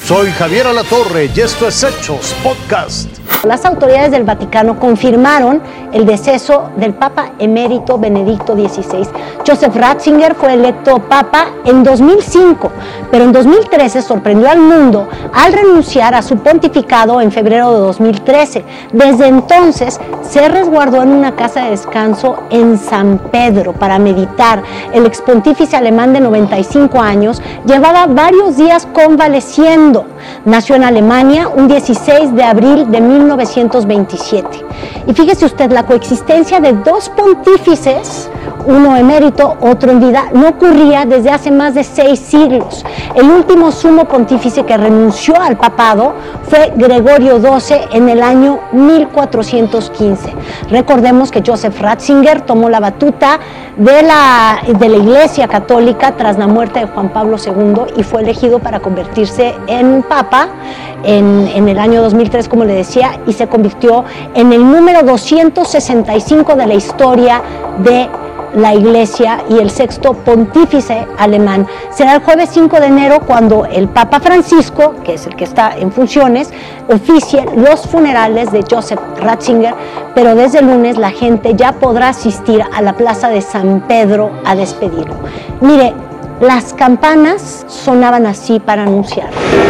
Soy Javier Alatorre y esto es Hechos Podcast. Las autoridades del Vaticano confirmaron el deceso del Papa emérito Benedicto XVI. Joseph Ratzinger fue electo Papa en 2005, pero en 2013 sorprendió al mundo al renunciar a su pontificado en febrero de 2013. Desde entonces se resguardó en una casa de descanso en San Pedro para meditar. El expontífice alemán de 95 años llevaba varios días convaleciendo. Nació en Alemania un 16 de abril de 1927. Y fíjese usted, la coexistencia de dos pontífices, uno emérito, otro en vida, no ocurría desde hace más de 6 siglos. El último sumo pontífice que renunció al papado fue Gregorio XII en el año 1415. Recordemos que Joseph Ratzinger tomó la batuta de la Iglesia Católica tras la muerte de Juan Pablo II y fue elegido para convertirse en papa en el año 2003, como le decía, y se convirtió en el número 265 de la historia de la Iglesia y el sexto pontífice alemán. Será el jueves 5 de enero cuando el Papa Francisco, que es el que está en funciones, oficie los funerales de Joseph Ratzinger, pero desde el lunes la gente ya podrá asistir a la plaza de San Pedro a despedirlo. Mire, las campanas sonaban así para anunciar.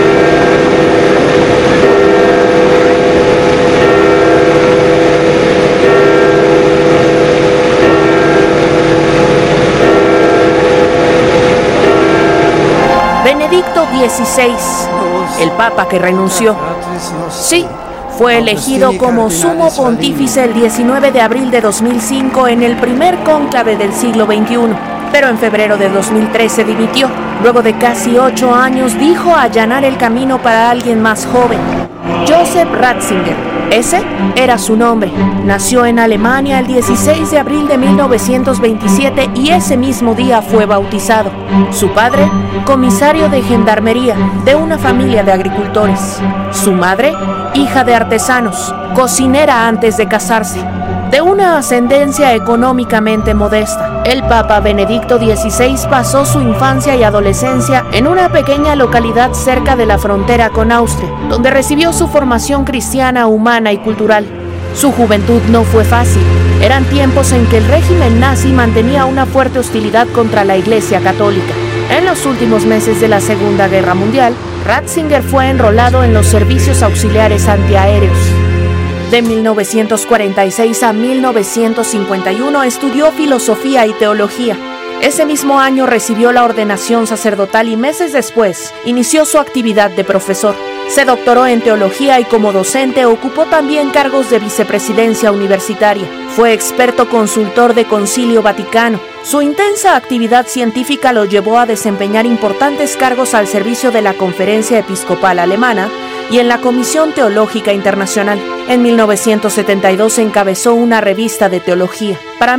Benedicto XVI, el Papa que renunció. Sí, fue elegido como sumo pontífice el 19 de abril de 2005 en el primer cónclave del siglo XXI, pero en febrero de 2013 dimitió. Luego de casi 8 años dijo allanar el camino para alguien más joven. Joseph Ratzinger, ese era su nombre. Nació en Alemania el 16 de abril de 1927 y ese mismo día fue bautizado. Su padre, comisario de gendarmería de una familia de agricultores. Su madre, hija de artesanos, cocinera antes de casarse. De una ascendencia económicamente modesta, el Papa Benedicto XVI pasó su infancia y adolescencia en una pequeña localidad cerca de la frontera con Austria, donde recibió su formación cristiana, humana y cultural. Su juventud no fue fácil. Eran tiempos en que el régimen nazi mantenía una fuerte hostilidad contra la Iglesia Católica. En los últimos meses de la Segunda Guerra Mundial, Ratzinger fue enrolado en los servicios auxiliares antiaéreos. De 1946 a 1951 estudió filosofía y teología. Ese mismo año recibió la ordenación sacerdotal y meses después inició su actividad de profesor. Se doctoró en teología y como docente ocupó también cargos de vicepresidencia universitaria. Fue experto consultor de Concilio Vaticano. Su intensa actividad científica lo llevó a desempeñar importantes cargos al servicio de la Conferencia Episcopal Alemana y en la Comisión Teológica Internacional. En 1972 encabezó una revista de teología. Para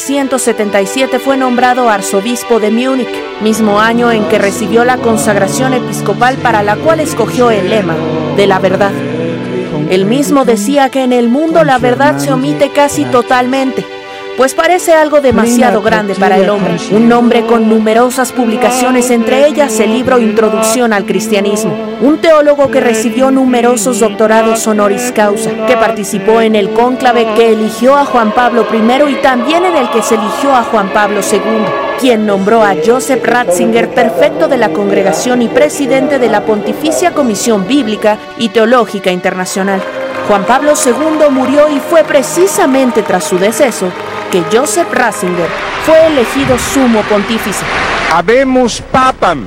1977 fue nombrado arzobispo de Múnich, mismo año en que recibió la consagración episcopal para la cual escogió el lema de la verdad. Él mismo decía que en el mundo la verdad se omite casi totalmente, pues parece algo demasiado grande para el hombre. Un hombre con numerosas publicaciones, entre ellas el libro Introducción al Cristianismo. Un teólogo que recibió numerosos doctorados honoris causa, que participó en el cónclave que eligió a Juan Pablo I y también en el que se eligió a Juan Pablo II, quien nombró a Joseph Ratzinger prefecto de la congregación y presidente de la Pontificia Comisión Bíblica y Teológica Internacional. Juan Pablo II murió y fue precisamente tras su deceso que Joseph Ratzinger fue elegido sumo pontífice. Habemus papam.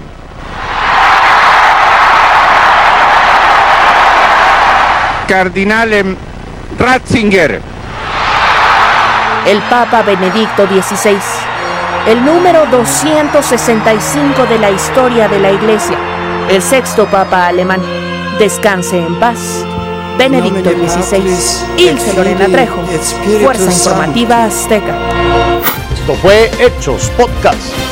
Cardinalem Ratzinger. El Papa Benedicto XVI, el número 265 de la historia de la Iglesia, el sexto Papa alemán. Descanse en paz, Benedicto XVI. Ilse Lorena Trejo, Fuerza Informativa Azteca. Esto fue Hechos Podcast.